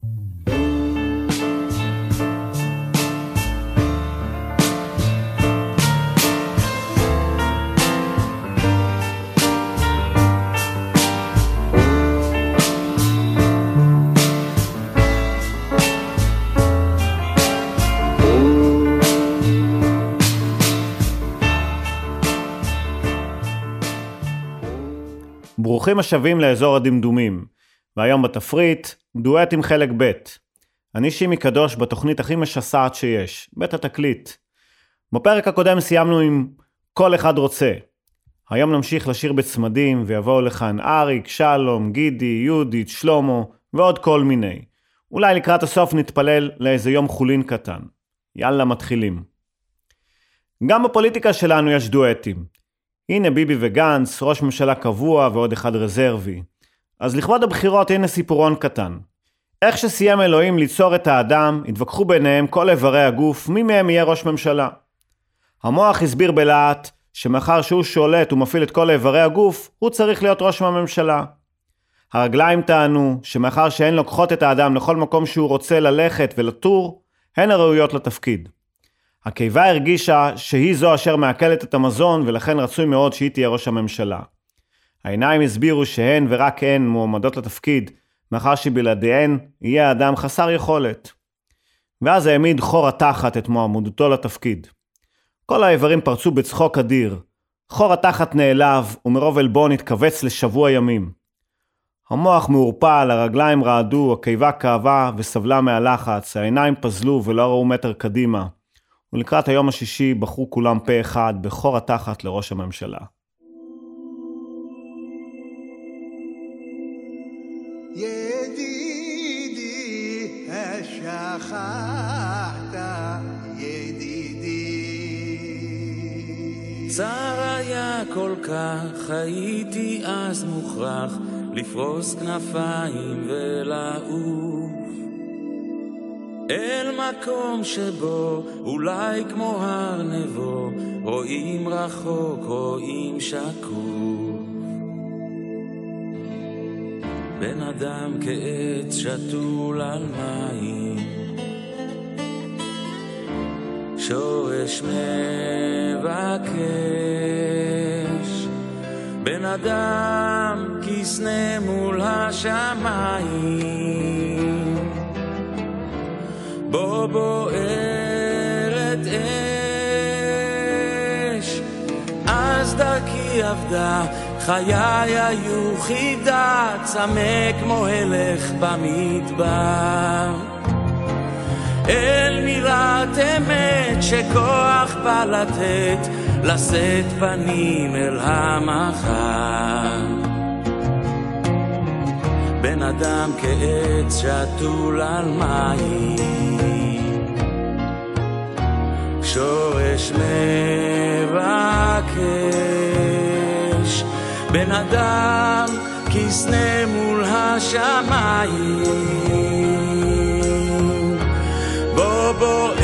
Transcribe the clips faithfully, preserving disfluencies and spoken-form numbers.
ברוכים השבים לאזור הדמדומים, והיום בתפריט, דואט עם חלק ב'. אני שימי קדוש בתוכנית הכי משסעת שיש, בית התקליט. בפרק הקודם סיימנו עם כל אחד רוצה. היום נמשיך לשיר בצמדים, ויבואו לכאן אריק, שלום, גידי, יהודית, שלומו, ועוד כל מיני. אולי לקראת הסוף נתפלל לאיזה יום חולין קטן. יאללה, מתחילים. גם בפוליטיקה שלנו יש דואטים. הנה ביבי וגנץ, ראש ממשלה קבוע ועוד אחד רזרבי. אז לכבוד הבחירות הנה סיפורון קטן. איך שסיים אלוהים ליצור את האדם, התווכחו ביניהם כל איברי הגוף, מי מהם יהיה ראש ממשלה. המוח הסביר בלהט שמאחר שהוא שולט ומפעיל את כל איברי הגוף, הוא צריך להיות ראש הממשלה. הרגליים טענו שמאחר שהן לוקחות את האדם לכל מקום שהוא רוצה ללכת ולטור, הן הראויות לתפקיד. הקיבה הרגישה שהיא זו אשר מעכלת את המזון ולכן רצוי מאוד שהיא תהיה ראש הממשלה. העיניים הסבירו שהן ורק הן מועמדות לתפקיד, מאחר שבלעדיהן יהיה האדם חסר יכולת. ואז העמיד חור התחת את מועמדותו לתפקיד. כל האיברים פרצו בצחוק אדיר. חור התחת נעלב ומרוב אלבון התכווץ לשבוע ימים. המוח מעורפל, הרגליים רעדו, הקיבה כאבה וסבלה מהלחץ, העיניים פזלו ולא ראו מטר קדימה. ולקראת היום השישי בחרו כולם פה אחד בחור התחת לראש הממשלה. ידידי, השכחת, ידידי. צר היה כל כך, הייתי אז מוכרח לפרוס כנפיים ולעוף אל מקום שבו אולי כמו הר נבו רואים רחוק, רואים שקוף. בן אדם כעץ שתול על מים, שורש מבקש. בן אדם כסנה מול השמיים, בו בוערת אש. אז דרכי עבדה, חיי היו חידה, צמא כמו הלך במדבר. אל מירת אמת שכוח בא לתת, לשאת פנים אל המחר. בן אדם כעץ שתול על מים, שורש מבקש. בן אדם כסנה מול השמיים, בו בוערת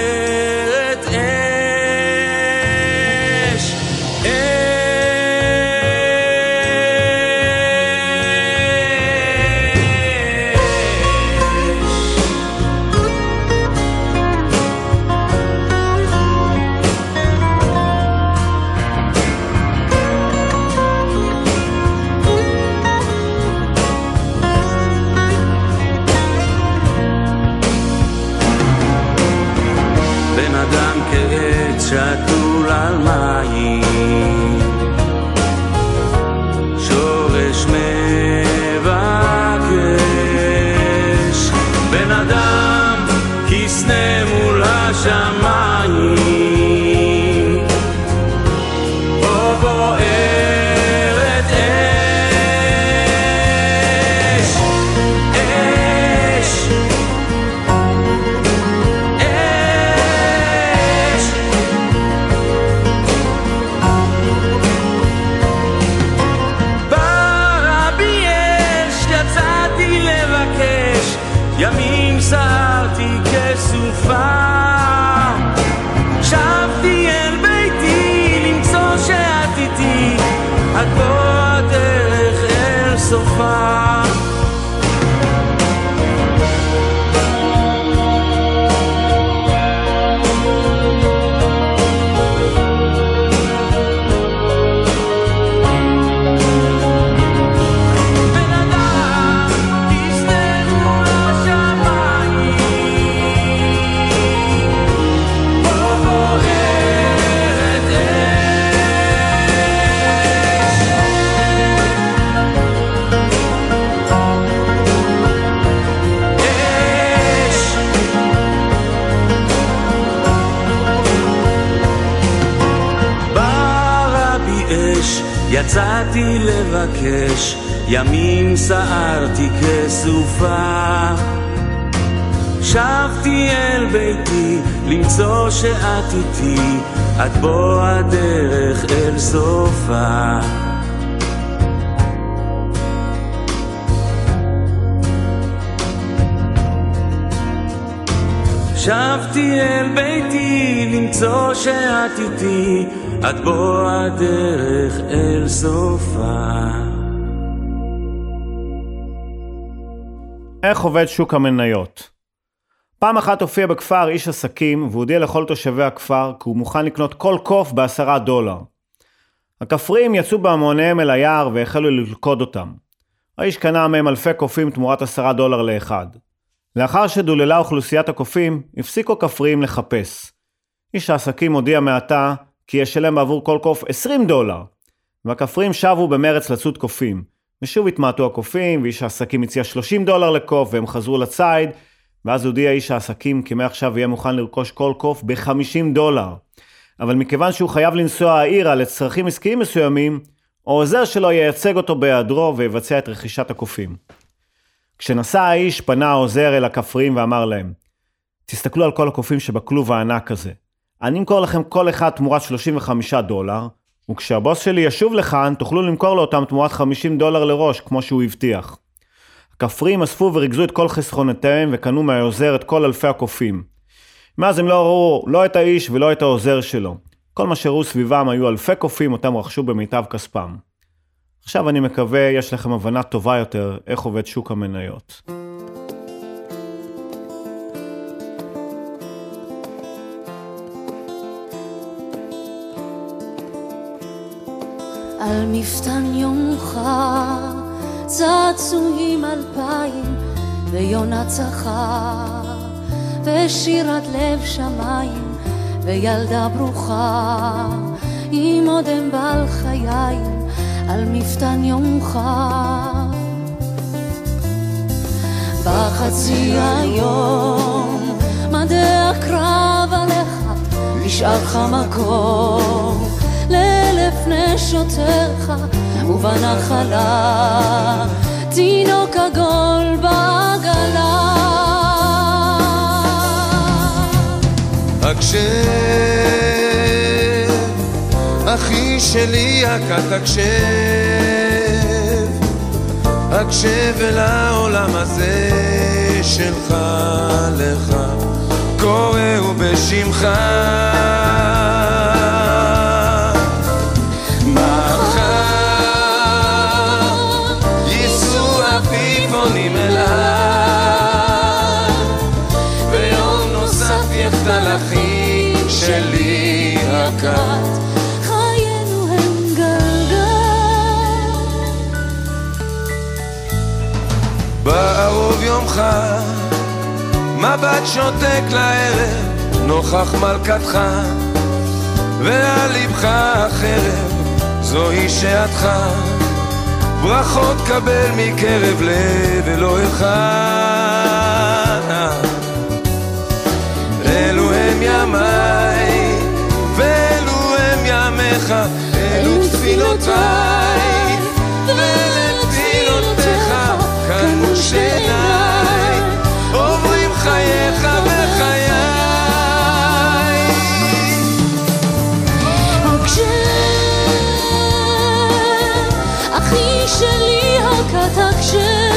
אש, אש. שתול על מים, שורש מבקש. בן אדם כסנה מול השמיים, בו בוערת אש, אש. ימים סערתי כסופה, שבתי אל ביתי למצוא שאת איתי, עד בוא הדרך אל סופה. יצאתי לבקש, ימים סערתי כסופה. שבתי אל ביתי למצוא שאת איתי, את בוא הדרך אל סופה. שבתי אל ביתי למצוא שאת איתי, את בוא הדרך אל סופה. איך עובד שוק המניות? פעם אחת הופיע בכפר איש עסקים והודיע לכל תושבי הכפר כי הוא מוכן לקנות כל קוף בעשרה דולר. הכפריים יצאו בהמוניהם אל היער והחלו ללכוד אותם. האיש קנה מהם אלפי קופים תמורת עשרה דולר לאחד. לאחר שדוללה אוכלוסיית הקופים, הפסיקו כפריים לחפש. איש העסקים הודיע מעתה כי ישלם בעבור כל קוף עשרים דולר, והכפריים שבו במרץ לצוד קופים, ושוב התמעטו הקופים, ואיש העסקים הציע שלושים דולר לקוף, והם חזרו לצייד, ואז הודיע איש העסקים כי מעכשיו יהיה מוכן לרכוש כל קוף ב-חמישים דולר. אבל מכיוון שהוא חייב לנסוע העירה לצרכים עסקיים מסוימים, העוזר שלו ייצג אותו בהיעדרו ויבצע את רכישת הקופים. כשנסע האיש פנה העוזר אל הכפריים ואמר להם, תסתכלו על כל הקופים שבכלוב הענק הזה. אני אמכור לכם כל אחד תמורת שלושים וחמישה דולר, וכשהבוס שלי ישוב לכאן, תוכלו למכור לו אותם תמורת חמישים דולר לראש, כמו שהוא הבטיח. הכפריים אספו וריגזו את כל חסכונותיהם וקנו מהעוזר את כל אלפי הקופים. מאז הם לא ראו לא את האיש ולא את העוזר שלו. כל מה שראו סביבם היו אלפי קופים אותם רכשו במיטב כספם. עכשיו אני מקווה יש לכם הבנה טובה יותר איך עובד שוק המניות. על מפתן יומך צעצועים אלפיים ויונה צחה ושירת לב שמיים וילדה ברוכה עם אודם בעל חיים על מפתן יומך. בחצי היום מדע קרב עליך נשאר לך מקום לאלף נשותיך ובנחלה תינוק עגול בעגלה. הקשב אחי שלי הקט הקשב הקשב אל העולם הזה שלך לך קוראו בשמך פונים אליי ויום נוסף יחדל אחי שלי הקט חיינו הם גלגל. בערוב יומך מבט שותק לערב נוכח מלכתך ועל לבך החרב זוהי שעתך ברכות קבל מקרב לב אלוהיך. אלו הם ימיי ואלו הם ימיך אלו תפילותיי ולתפילותיך כאן מול שעיניי עוברים חייך וחיי. אחי שלי הקט הקשב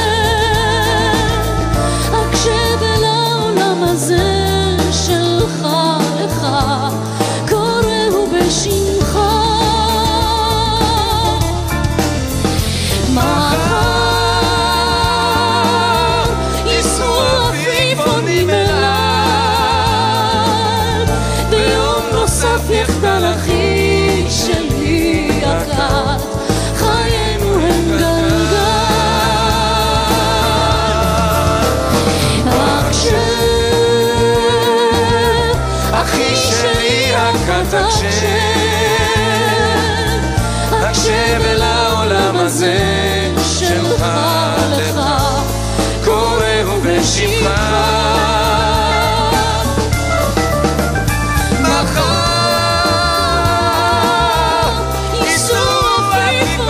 הקשב אל העולם הזה שלך לך קוראו בשמך. מחר ייסעו עפיפונים אליי ביום נוסף יחדל אחי שלי הקט הקשב הקשב אל העולם הזה שלך לך קוראו בשמך. מחר ייסעו עפיפונים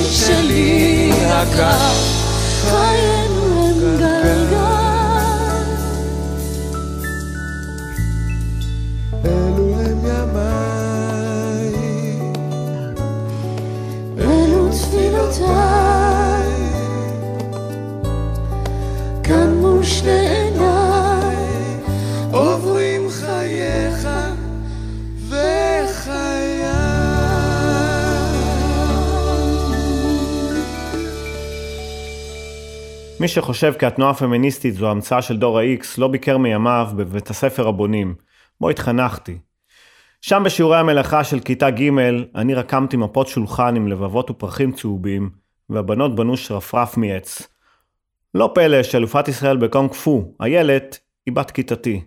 שלי יקר, חיינו הם גלגל. אלו הם ימיי, אלו תפילותיי, כאן מול שני עיניי, עוברים חייך וחיי. מי שחושב כי התנועה הפמיניסטית זו המצאה של דור ה-X לא ביקר מימיו בבית הספר הבונים, בו התחנכתי. שם בשיעורי המלאכה של כיתה ג' אני רקמתי מפות שולחן עם לבבות ופרחים צהובים, והבנות בנו שרפרף מעץ. לא פלא שאלופת ישראל בקונג פו, איילת, היא בת כיתתי.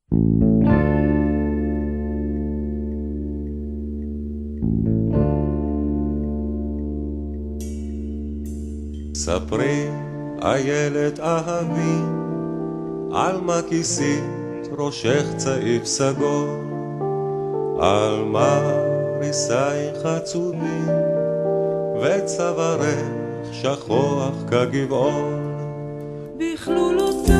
ספרי, איילת אהבי, על מה כיסית ראשך צעיף סגור, על מה ריסייך עצובים, וצווארך שכוח כגבעון. בכלולותיי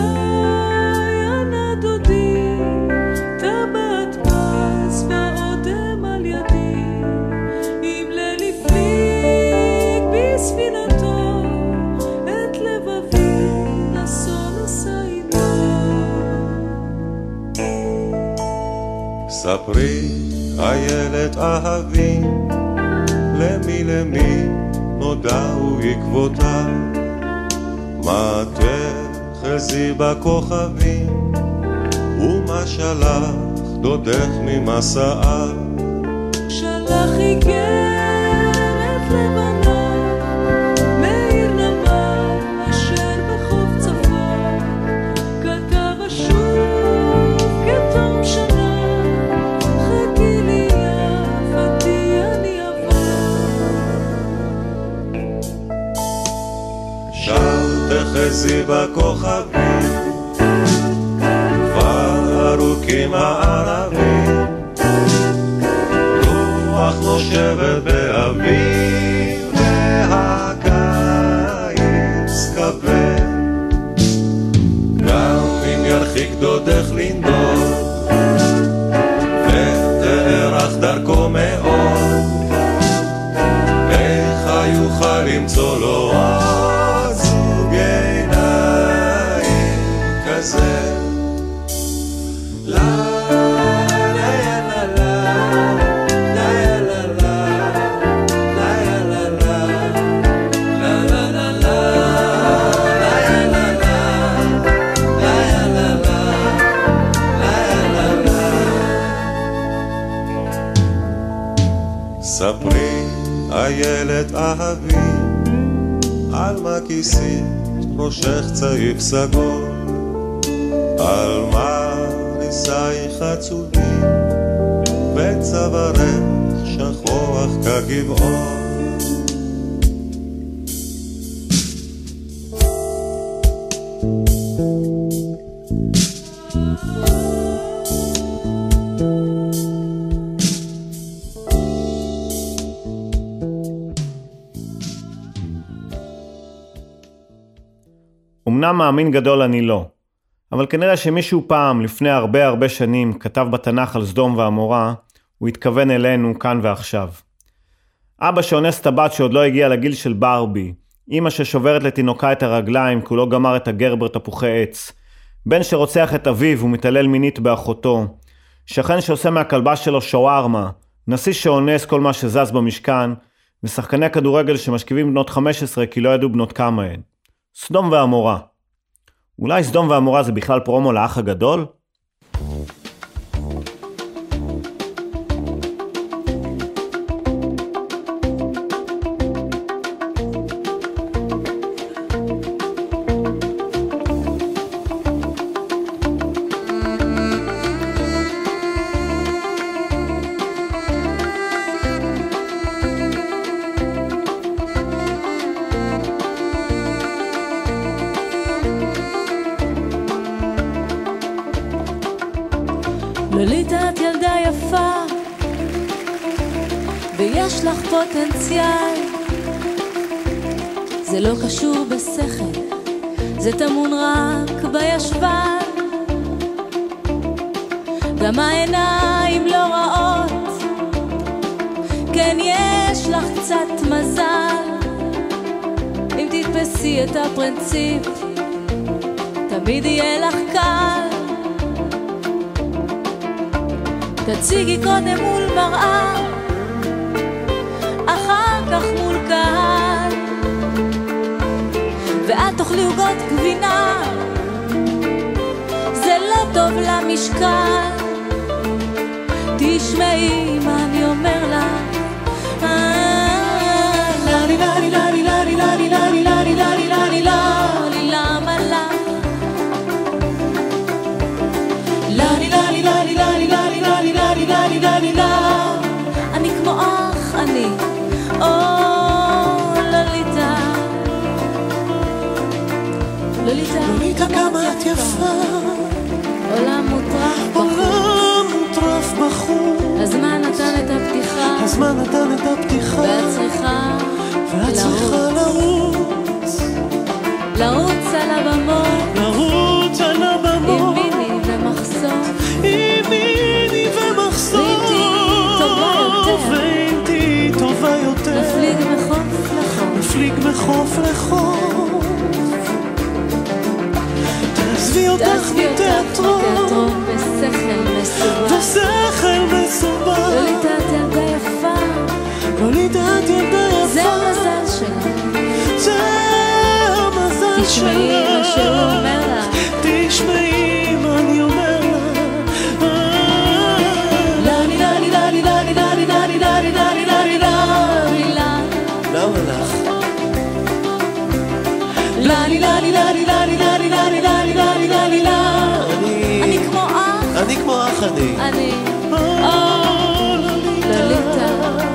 הנדודי, טבעת פס והאודם על ידי, אם ללפליג בספינתו, את לבבי נסון עשיינו. ספרי, איילת אהבי, למי למי נודעו עקבותיו, מה תחזי בכוכבים, ומה שלח דודך ממסעיו. שלח איגרת לבנה, מעיר נמל אשר בחוף צפון, כתב אשוב כתום שנה, חכי לי יפתי אני אבוא. שם תחזי בכוכבים, כבר ארוכים הערבים, רוח נושבת באוויר והקיץ כבד, גם אם ירחיק דודך לנדוד ותארך דרכו מאוד, איך היוכל למצוא לו עוד זוג עיניים כזה. לה ספרי, איילת אהבי, על מה כיסית ראשך צעיף סגור, על מה ניסייך עצובים, וצווארך שכוח כגבעון. אמנם מאמין גדול אני לא, אבל כנראה שמישהו פעם, לפני הרבה הרבה שנים, כתב בתנ"ך על סדום ועמורה, הוא התכוון אלינו כאן ועכשיו. אבא שאונס את הבת שעוד לא הגיע לגיל של ברבי, אמא ששוברת לתינוקה את הרגליים כי הוא לא גמר את הגרבר תפוחי עץ, בן שרוצח את אביו ומתעלל מינית באחותו, שכן שעושה מהכלבה שלו שווארמה, נשיא שאונס כל מה שזז במשכן, ושחקני כדורגל שמשכיבים בנות חמש עשרה כי לא ידעו בנות כמה הן. סדום ועמורה. אולי סדום ועמורה זה בכלל פרומו לאח הגדול? לוליטה את ילדה יפה ויש לך פוטנציאל, זה לא קשור בשכל, זה תמון רק בישבן. גם העיניים לא רעות, כן יש לך קצת מזל. אם תתפסי את הפרינציפ, תמיד יהיה לך קל. תציגי קודם מול מראה, אחר כך מול קהל, ואת תאכלי עוגות גבינה, זה לא טוב למשקל. תשמעי מה אני אומר לך, ללי ללי ללי ללי ללי ללי ללי ללי ללי ללי למה לך, ללי ללי ללי ללי ללי ללי ללי ללי ללי ללי, אני כמו אח אני, או לוליטה, לוליטה, לוליטה כמה את יפה, עולם מוטרף עולם מוטרף בחוץ. הזמן נתן את הפתיחה, הזמן נתן את הפתיחה, ואת צריכה ואת צריכה לרוץ, לרוץ על הבמות, לרוץ על עם הבמות, מיני ומחסום, עם מיני ומחסום, ואם תהיי טובה יותר, ואם תהיי טובה יותר, נפליג מחוף לחוף, נפליג מחוף לחוף. תעזבי אותך תעזבי אותך מתיאטרון, מתיאטרון בשכל מסובך, ושכל מסובך. לוליטה את ילדה יפה, לוליטה את ילדה יפה, זה המזל שלך. זה המזל שלך. תשמעי מה שהוא אומר לך, תשמעי מה אני אומר לך. ללי ללי ללי ללי ללי ללי ללי ללי ללי ללי, למה לך? ללי ללי ללי ללי ללי ללי ללי ללי ללי ללי, אני כמו אח, אני כמו אח אני, אני או לוליטה.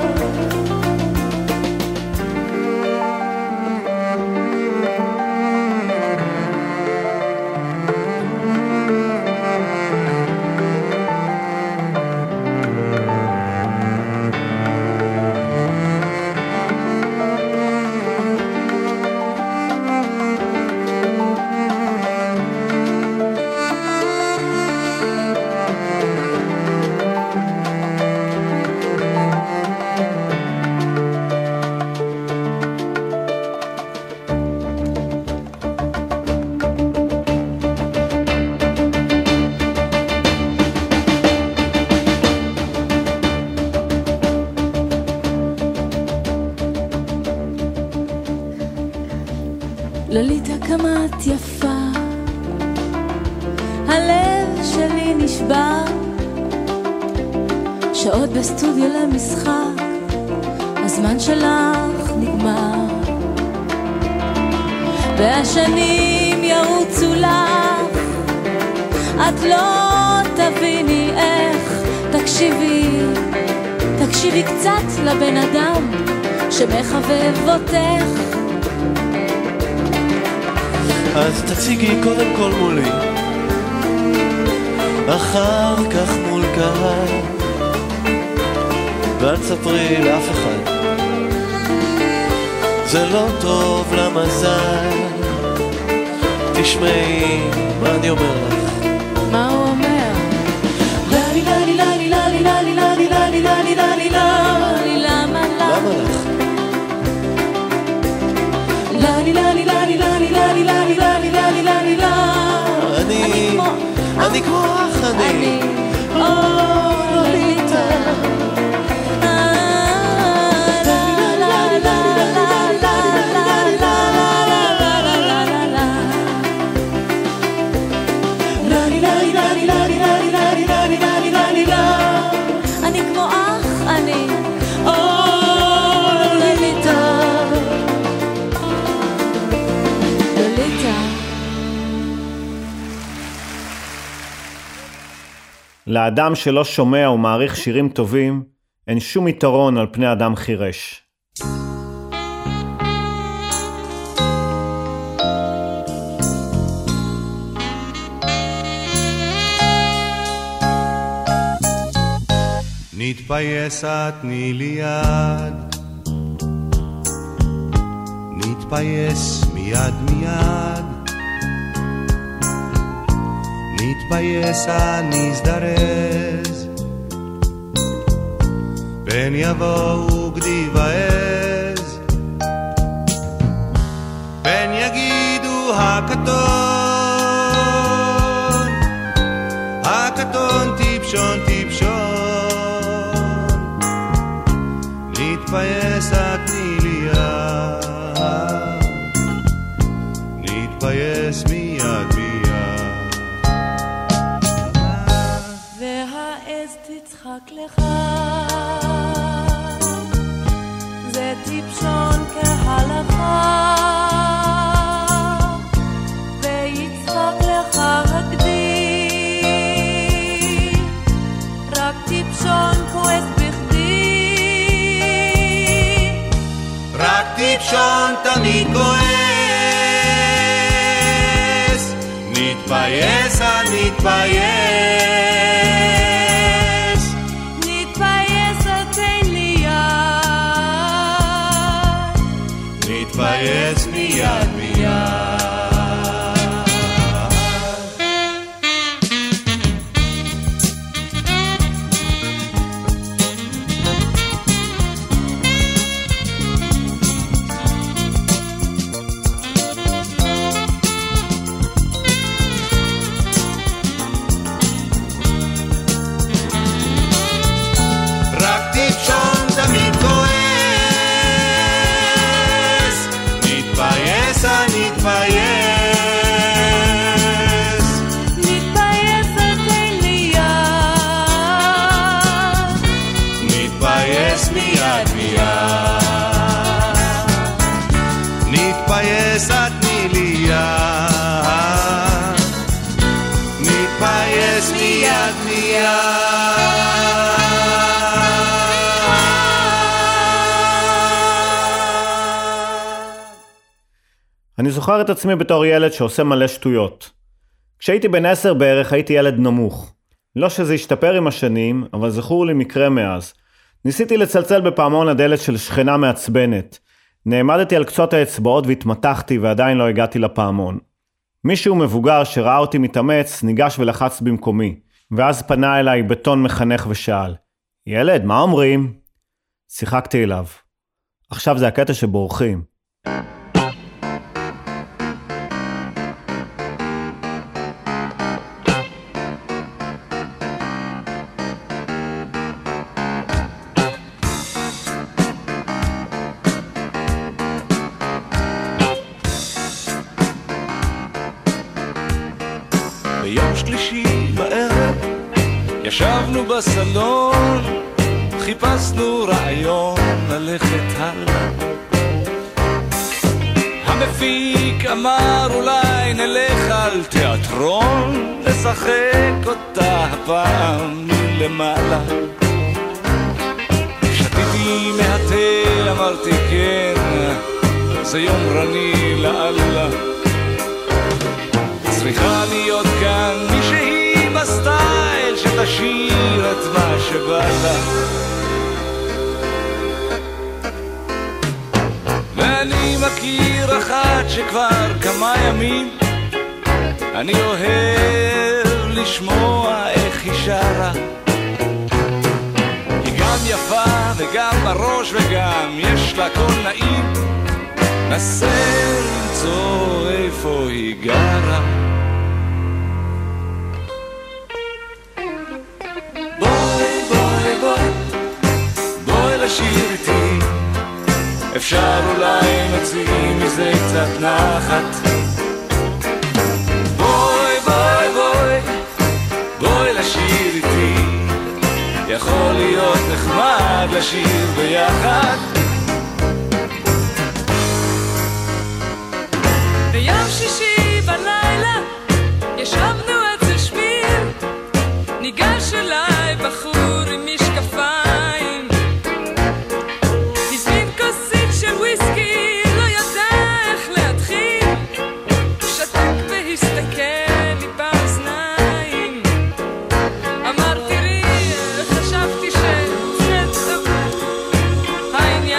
לוליטה כמה את יפה, הלב שלי נשבר, שעות בסטודיו למשחק, הזמן שלך נגמר, והשנים ירוצו לך, את לא תביני איך. תקשיבי, תקשיבי קצת לבן אדם שמחבב אותך, אז תציגי קודם כל מולי, אחר כך מול קהל, ואל תספרי לאף אחד, זה לא טוב למזל. תשמעי מה אני אומר לך. מה הוא אומר? ללי ללי ללי ללי ללי ללי ללי ללי ללי ללי, למה למה לך? ללי ללי ללי ללי ללי ללי ללי ללי ללי ללי, אני אני כמו אח אני, או לוליטה. אני כמו אח אני, או לוליטה. לוליטה. לאדם שלא שומע ומעריך שירים טובים, אין שום יתרון על פני אדם חירש. נתפייס תני לי יד, נתפייס מיד מיד, נתפייס נזדרז, פן יבואו גדי ועז, פן יגידו הקטון, הקטון טיפשון טיפשון, נתפייס תני לי יד, נתפייס מיד מיד, והעז תצחק לך, זה טיפשון כהלכה, ויצחק לך הגדי, רק טיפשון כועס בכדי, רק טיפשון תמיד כועס, נתפייס נתפייס, נתפייס תן לי יד, נתפייס מיד מיד. אני זוכר את עצמי בתור ילד שעושה מלא שטויות. כשהייתי בן עשר בערך הייתי ילד נמוך. לא שזה השתפר עם השנים, אבל זכור לי מקרה מאז. ניסיתי לצלצל בפעמון הדלת של שכנה מעצבנת. נעמדתי על קצות האצבעות והתמתחתי ועדיין לא הגעתי לפעמון. מישהו מבוגר שראה אותי מתאמץ ניגש ולחץ במקומי, ואז פנה אליי בטון מחנך ושאל, ילד, מה אומרים? שיחקתי אליו. עכשיו זה הקטע שבורחים. ביום שלישי בערב ישבנו בסלון, חיפשנו רעיון ללכת הלאה. המפיק אמר אולי נלך על תיאטרון, לשחק אותה הפעם מלמעלה. שתיתי מהתה, אמרתי כן, זה יום רני לאללה. צריכה להיות כאן מישהי בסטייל שתשאיר את מה שבא לה. ואני מכיר אחת שכבר כמה ימים אני אוהב לשמוע איך היא שרה. היא גם יפה וגם בראש וגם יש לה קול נעים, נסה למצוא איפה היא גרה. לשיר איתי, אפשר אולי נוציא מזה קצת נחת. בואי בואי בואי בואי לשיר איתי, יכול להיות נחמד לשיר ביחד. ביום שישי בלילה ישבנו אצל שמיר, ניגש אליי בחור עם משקפיים, הזמין כוסית של וויסקי, לא ידע איך להתחיל, שתק והסתכל לי באוזניים. אמר תראי, חשבתי שזה טוב, העניין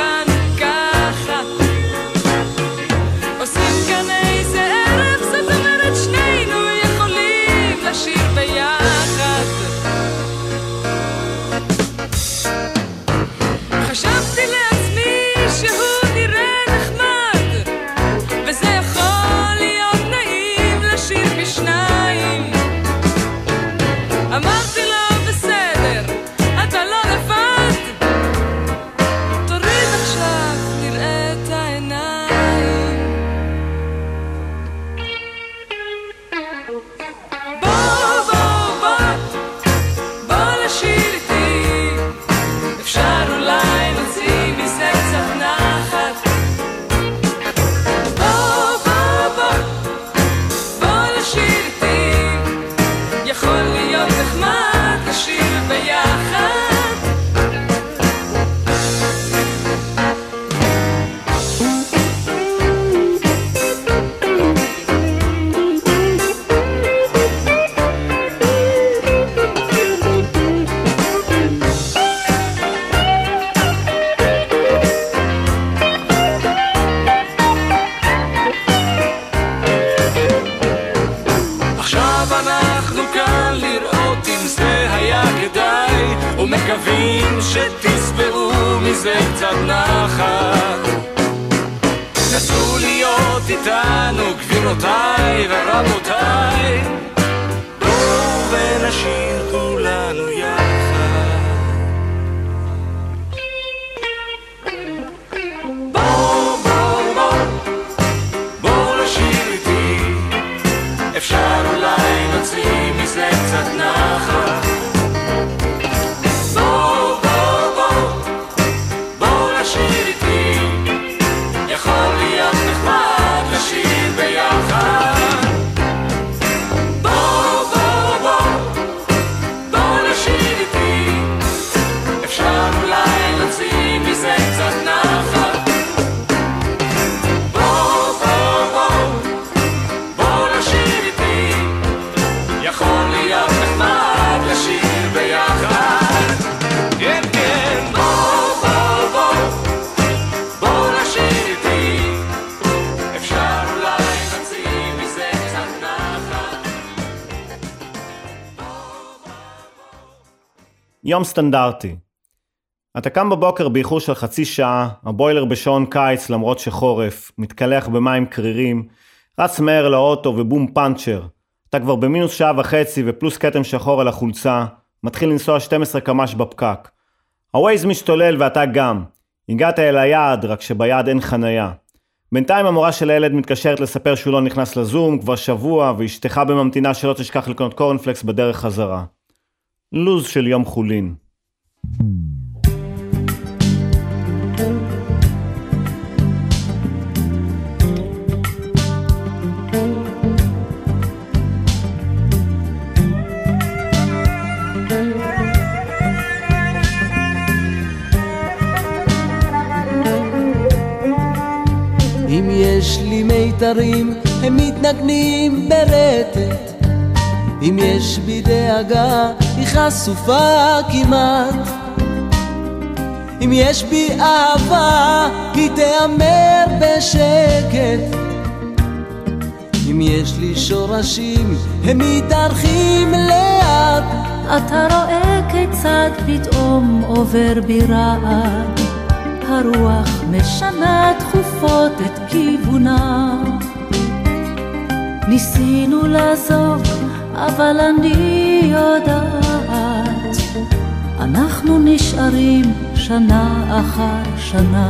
גבירותיי ורבותיי, בואו ונשיר כולנו יחד. בואו בואו בואו בואו לשיר איתי, אפשר אולי נוציא מזה קצת נחת. בואו בואו בואו בואו לשיר איתי, יכול להיות נחמד לשיר ביחד. בואו בואו בואו בואו לשיר איתי, אפשר אולי להוציא מזה קצת נחת. בואו בואו בואו בואו לשיר איתי, יכול להיות נחמד לשיר ביחד. כן כן בואו בואו בואו בואו לשיר איתי, אפשר אולי להוציא מזה קצת נחת. יום סטנדרטי. אתה קם בבוקר באיחור של חצי שעה, הבוילר בשעון קיץ למרות שחורף, מתקלח במים קרירים, רץ מהר לאוטו ובום פאנצ'ר. אתה כבר במינוס שעה וחצי ופלוס קטם שחור על החולצה, מתחיל לנסוע שתים עשרה קמ"ש בפקק. הווייז משתולל ואתה גם. הגעת אל היעד, רק שביעד אין חנייה. בינתיים המורה של הילד מתקשרת לספר שהוא לא נכנס לזום כבר שבוע, ואשתך בממתינה שלא תשכח לקנות קורנפלקס בדרך חזרה. לוז של יום חולין. אם יש לי מיתרים הם מתנגנים ברטט, אם יש בי דאגה היא חשופה כמעט, אם יש בי אהבה היא תאמר בשקט, אם יש לי שורשים הם מתארחים לאט. אתה רואה כיצד פתאום עובר בי רעד, הרוח משנה תכופות את כיוונה. ניסינו לעזוב אבל אני יודעת, אנחנו נשארים שנה אחר שנה.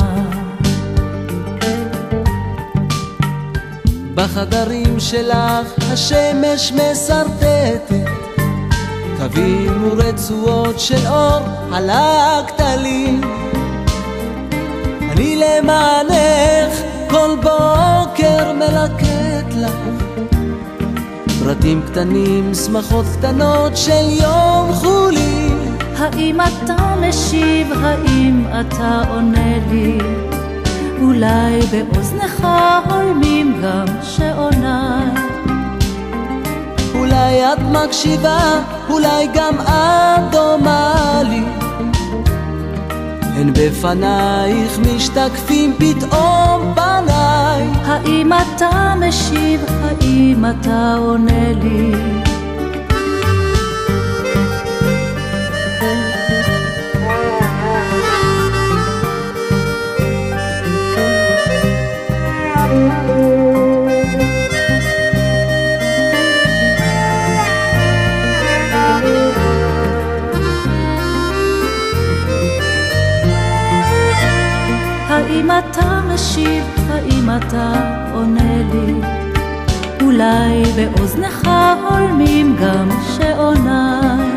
בחדרים שלך השמש מסרטטת, קווים ורצועות של אור על הכתלים. אני למענך כל בוקר מלקט לך פרטים קטנים, שמחות קטנות של יום חולין. האם אתה משיב, האם אתה עונה לי, אולי באוזנך הולמים גם שעוניי. אולי את מקשיבה, אולי גם את דומה לי, הן בפנייך משתקפים פתאום פניי. האם אתה משיב, האם אתה עונה לי, האם אתה משיב, האם אתה עונה לי, אולי באוזנך הולמים גם שעוניי.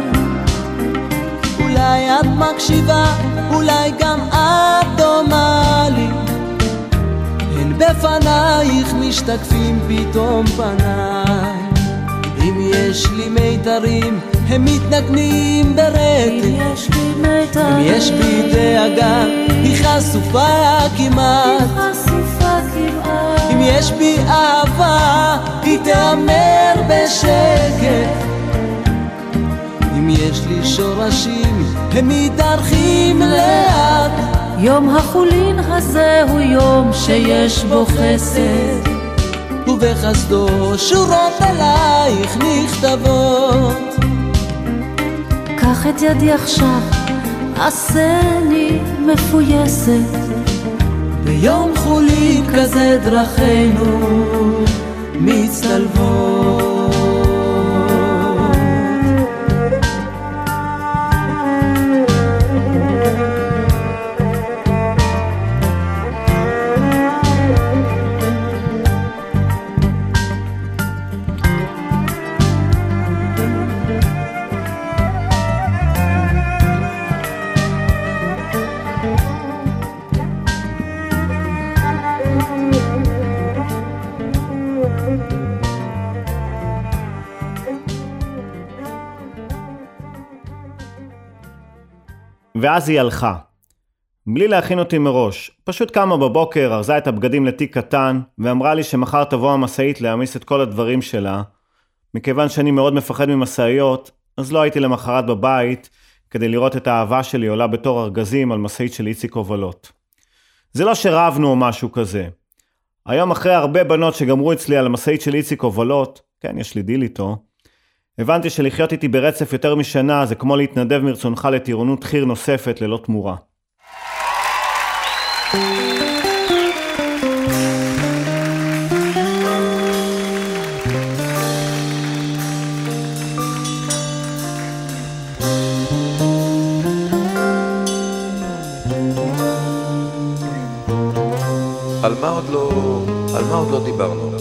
אולי את מקשיבה, אולי גם את דומה לי, הן בפנייך משתקפים פתאום פניי. אם יש לי מיתרים הם מתנגנים ברטט, אם יש לי מיתרים, אם יש בי דאגה היא חשופה כמעט, היא חשופה כמעט. אם יש בי אהבה היא תאמר בשקט, אם יש לי שורשים הם מתארחים לאט. יום החולין הזה הוא יום שיש בו חסד, ובחסדו שורות אלייך נכתבות. קח את ידי עכשיו, עשני מפויסת, ביום חולין כזה דרכינו מצטלבות. ואז היא הלכה. בלי להכין אותי מראש, פשוט קמה בבוקר, ארזה את הבגדים לתיק קטן, ואמרה לי שמחר תבוא המשאית להעמיס את כל הדברים שלה. מכיוון שאני מאוד מפחד ממסעיות, אז לא הייתי למחרת בבית, כדי לראות את האהבה שלי עולה בתור ארגזים על משאית של איציק הובלות. זה לא שרבנו או משהו כזה. היום אחרי הרבה בנות שגמרו אצלי על המשאית של איציק הובלות, כן, יש לי דיל איתו, הבנתי שלחיות איתי ברצף יותר משנה זה כמו להתנדב מרצונך לטירונות חיר נוספת ללא תמורה. על מה עוד לא, על מה עוד לא דיברנו?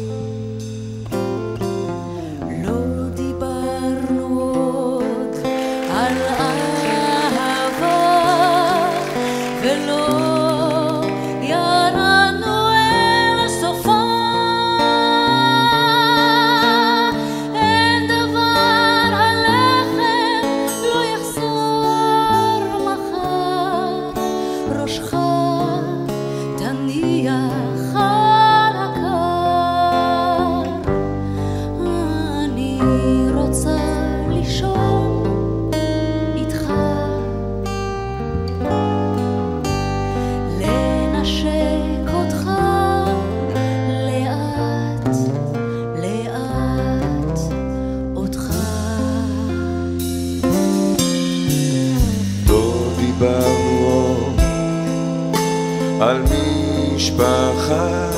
על משפחה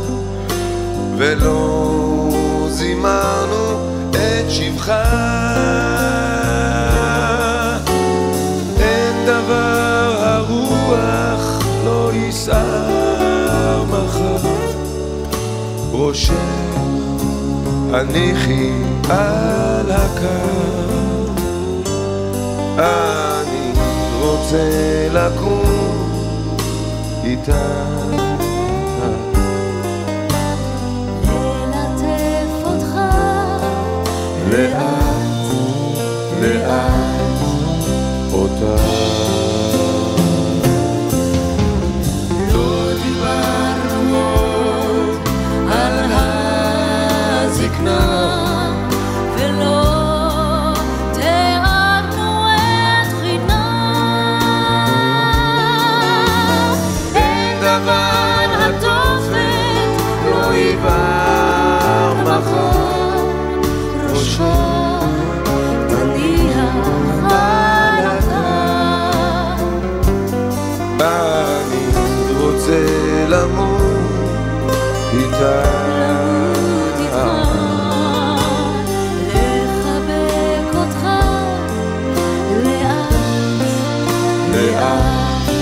ולא זימרנו את שבחה. אין דבר הרוח לא יסער מחר, ראשך הניחי על הקר. אני רוצה לקום איתה, ללטף אותך לאט לאט אותה. לא דיברנו עוד על הזקנה ולא תיארנו את חינה. דבר התופת לא יבר מחר, ראשו תניח על הקר. אני רוצה למות איתה, לחבק אותך לאט לאט.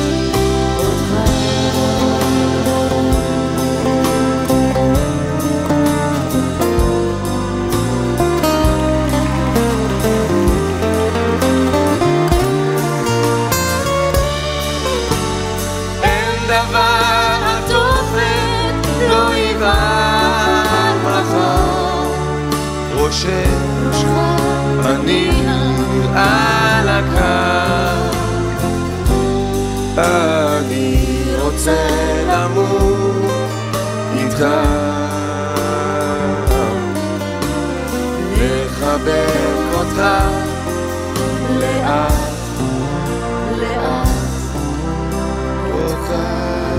דבר התופת לא יבר מחר, ראשך אני על הקר. אני רוצה למות איתה, לחבק אותך לאט לאט אותך.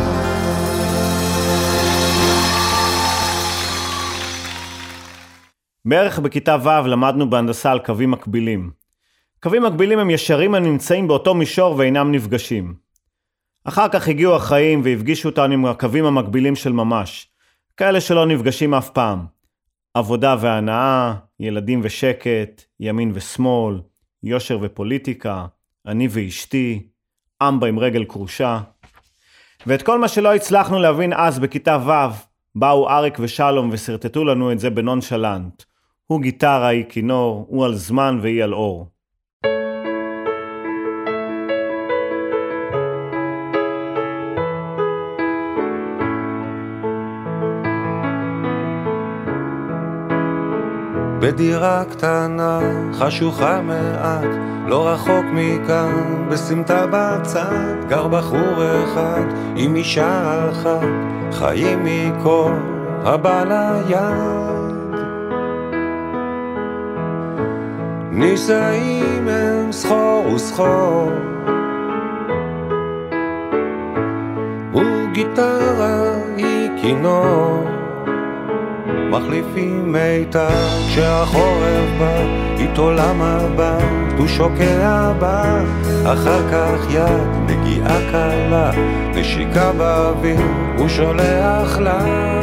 בערך בכיתה ו' למדנו בהנדסה על קווים מקבילים. קווים מקבילים הם ישרים הנמצאים באותו מישור ואינם נפגשים. אחר כך הגיעו החיים והפגישו אותנו עם הקווים המקבילים של ממש. כאלה שלא נפגשים אף פעם. עבודה והנאה, ילדים ושקט, ימין ושמאל, יושר ופוליטיקה, אני ואשתי, אמבה עם רגל קרושה. ואת כל מה שלא הצלחנו להבין אז בכיתה ו', באו אריק ושלום וסרטטו לנו את זה בנונשלנט. הוא גיטרה, היא כינור, הוא על זמן והיא על אור. בדירה קטנה, חשוכה מעט, לא רחוק מכאן, בסמטה בצד, גר בחור אחד, עם אישה אחת, חיים מכל הבא ליד. נישאים הם סחור וסחור, וגיטרה היא כינור, מחליפים מיתר כשהחורף בא, איתו למבא, הוא שוקע בה, אחר כך יד, נגיעה קלה, נשיקה באוויר, הוא שולח לה.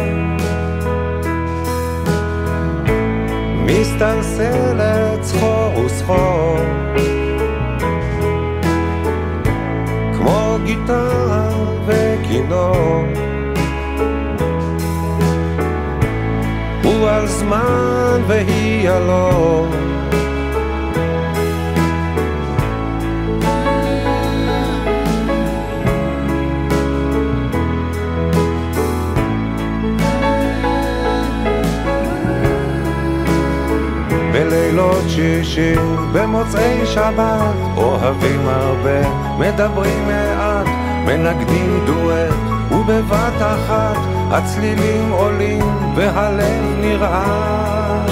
מסתלסלת סחור וסחור, כמו גיטרה וכינור, הוא על זמן והיא על אור. בלילות שישי, במוצאי שבת, אוהבים הרבה, מדברים מעט, מנגדים דואט, ובבת אחת הצלילים עולים והלב נרעד.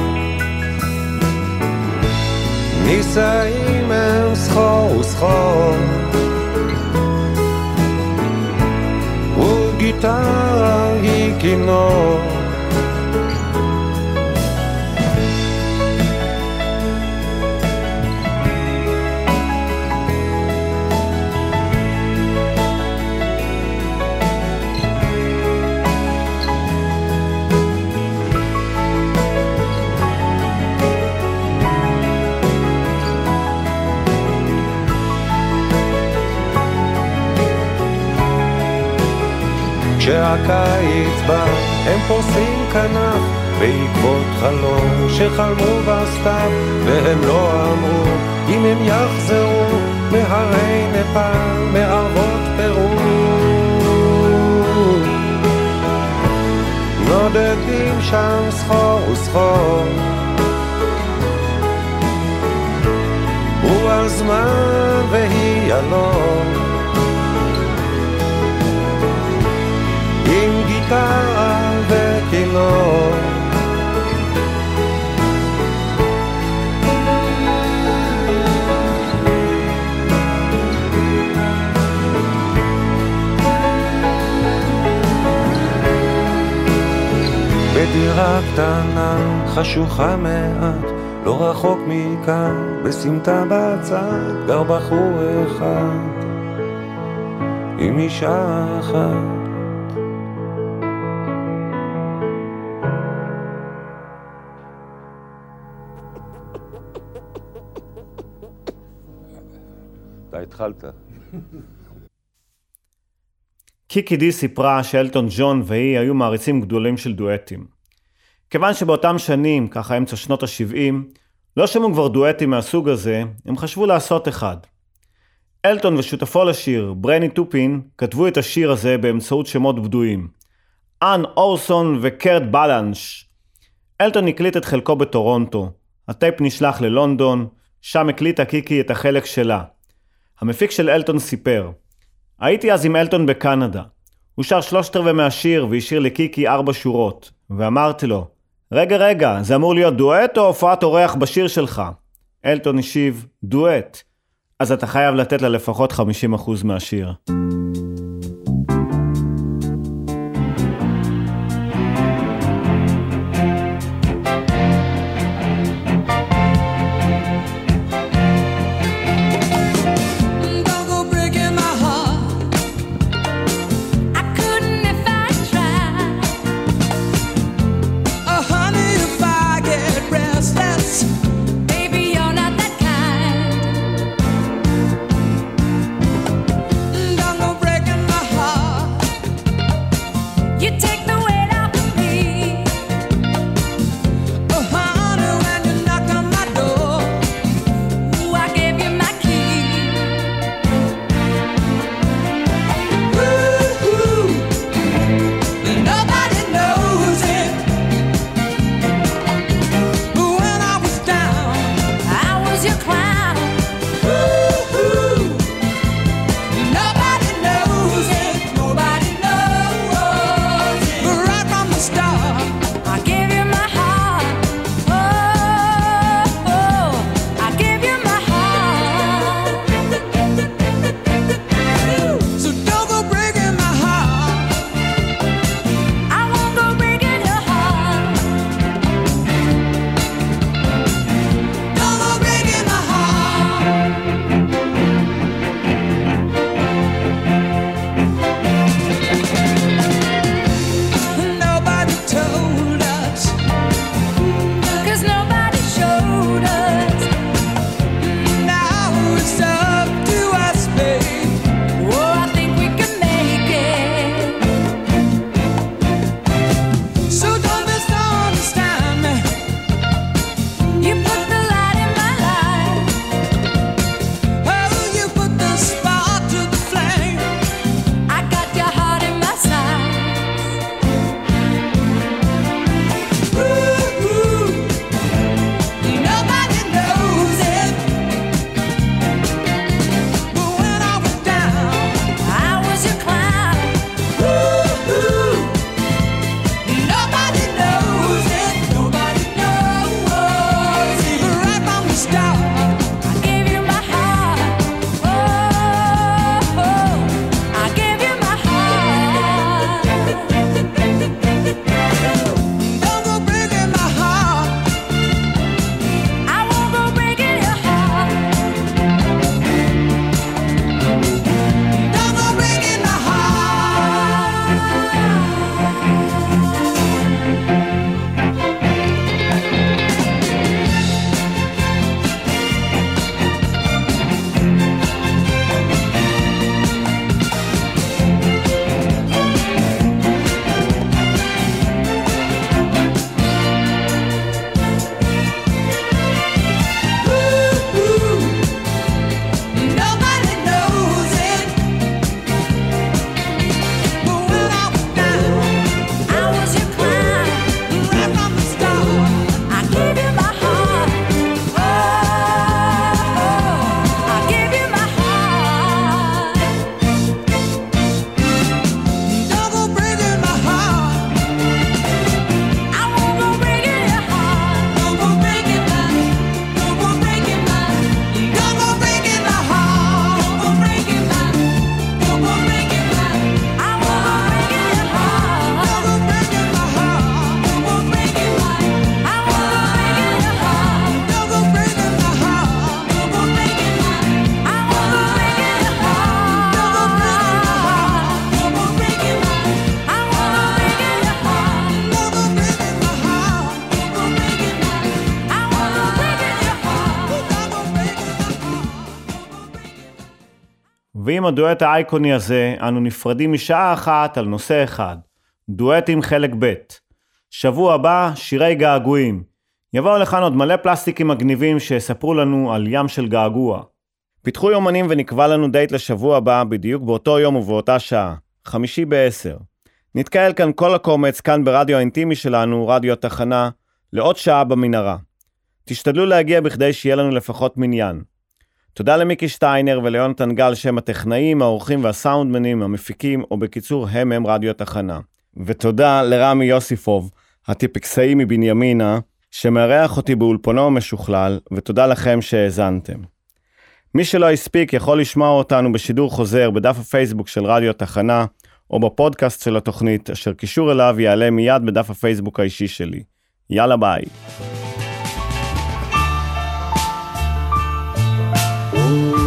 נישאים הם סחור וסחור, וגיטרה היא כינור, כשהקיץ בא הם פורסים כנף בעקבות חלום שחלמו בסתיו, והם לא אמרו אם הם יחזרו מהרי נפאל, מערבות פרו. נודדים שם סחור וסחור, הוא על זמן והיא על אור, עם גיטרה וכינור. בדירה קטנה, חשוכה מעט, לא רחוק מכאן, בסמטה בצד, גר בחור אחד, עם אישה אחת. אתה התחלת. קיקי די סיפרה שאלטון ג'ון והיא היו מעריצים גדולים של דואטים. כיוון שבאותם שנים, ככה אמצע שנות ה-שבעים, לא שמעו כבר דואטים מהסוג הזה, הם חשבו לעשות אחד. אלטון ושותפו לשיר, ברני טופין, כתבו את השיר הזה באמצעות שמות בדויים. אן אורסון וקרט בלנש. אלטון הקליט את חלקו בטורונטו. הטייפ נשלח ללונדון, שם הקליטה קיקי את החלק שלה. המפיק של אלטון סיפר, הייתי אז עם אלטון בקנדה. הוא שר שלושת רבעי מהשיר והשאיר לקיקי ארבע שורות. ואמרתי לו, רגע רגע, זה אמור להיות דואט או הופעת אורח בשיר שלך? אלטון השיב, דואט. אז אתה חייב לתת לה לפחות חמישים אחוז מהשיר. I couldn't if I tried. ועם הדואט האייקוני הזה, אנו נפרדים משעה אחת על נושא אחד. דואטים חלק ב'. שבוע הבא, שירי געגועים. יבואו לכאן עוד מלא פלסטיקים מגניבים שיספרו לנו על ים של געגוע. פיתחו יומנים ונקבע לנו דייט לשבוע הבא, בדיוק באותו יום ובאותה שעה. חמישי בעשר. נתקהל כאן כל הקומץ, כאן ברדיו האינטימי שלנו, רדיו התחנה, לעוד שעה במנהרה. תשתדלו להגיע בכדי שיהיה לנו לפחות מניין. תודה למיקי שטיינר וליונתן גל שם הטכנאים, האורחים והסאונדמנים, המפיקים, או בקיצור הם הם רדיו התחנה. ותודה לרמי יוסיפוב, הטיפקסאי מבנימינה, שמארח אותי באולפונו המשוכלל, ותודה לכם שהאזנתם. מי שלא הספיק יכול לשמוע אותנו בשידור חוזר בדף הפייסבוק של רדיו התחנה, או בפודקאסט של התוכנית, אשר קישור אליו יעלה מיד בדף הפייסבוק האישי שלי. יאללה ביי. Ooh.